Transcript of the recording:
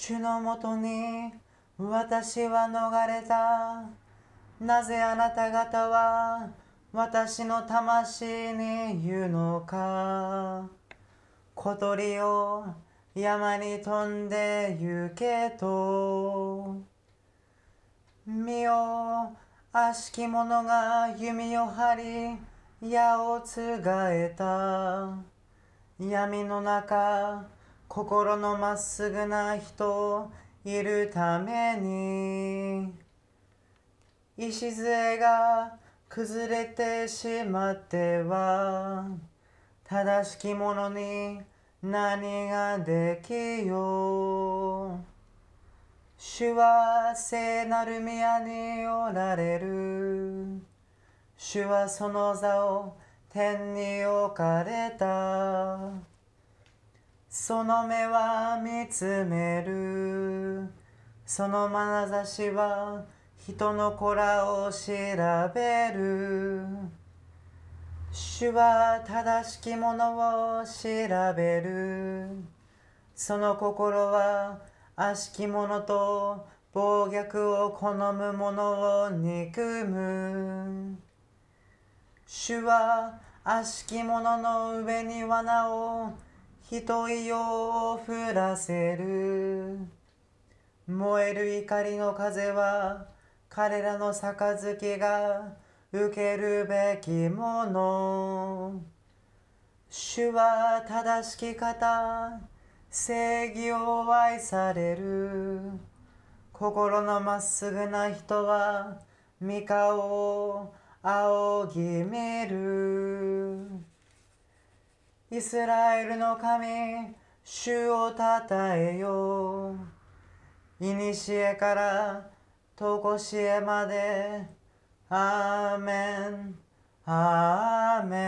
主のもとに私は逃れた。なぜあなた方は私の魂に言うのか。小鳥よ、山に飛んで行けと。見よ、悪しき者が弓を張り矢をつがえた。闇の中、心のまっすぐな人いるために、礎が崩れてしまっては正しき者に何ができよう。主は聖なる宮におられる。主はその座を天に置かれた。その目は見つめる。その眼差しは人の子らを調べる。主は正しき者を調べる。その心は悪しき者と暴虐を好む者を憎む。主は悪しき者の上に罠を人意を降らせる。燃える怒りの風は彼らの杯が受けるべきもの。主は正しき方、正義を愛される。心のまっすぐな人は御顔を仰ぎ見る。イスラエルの神、主をたたえよ。いにしえからとこしえまで。アーメン、アーメ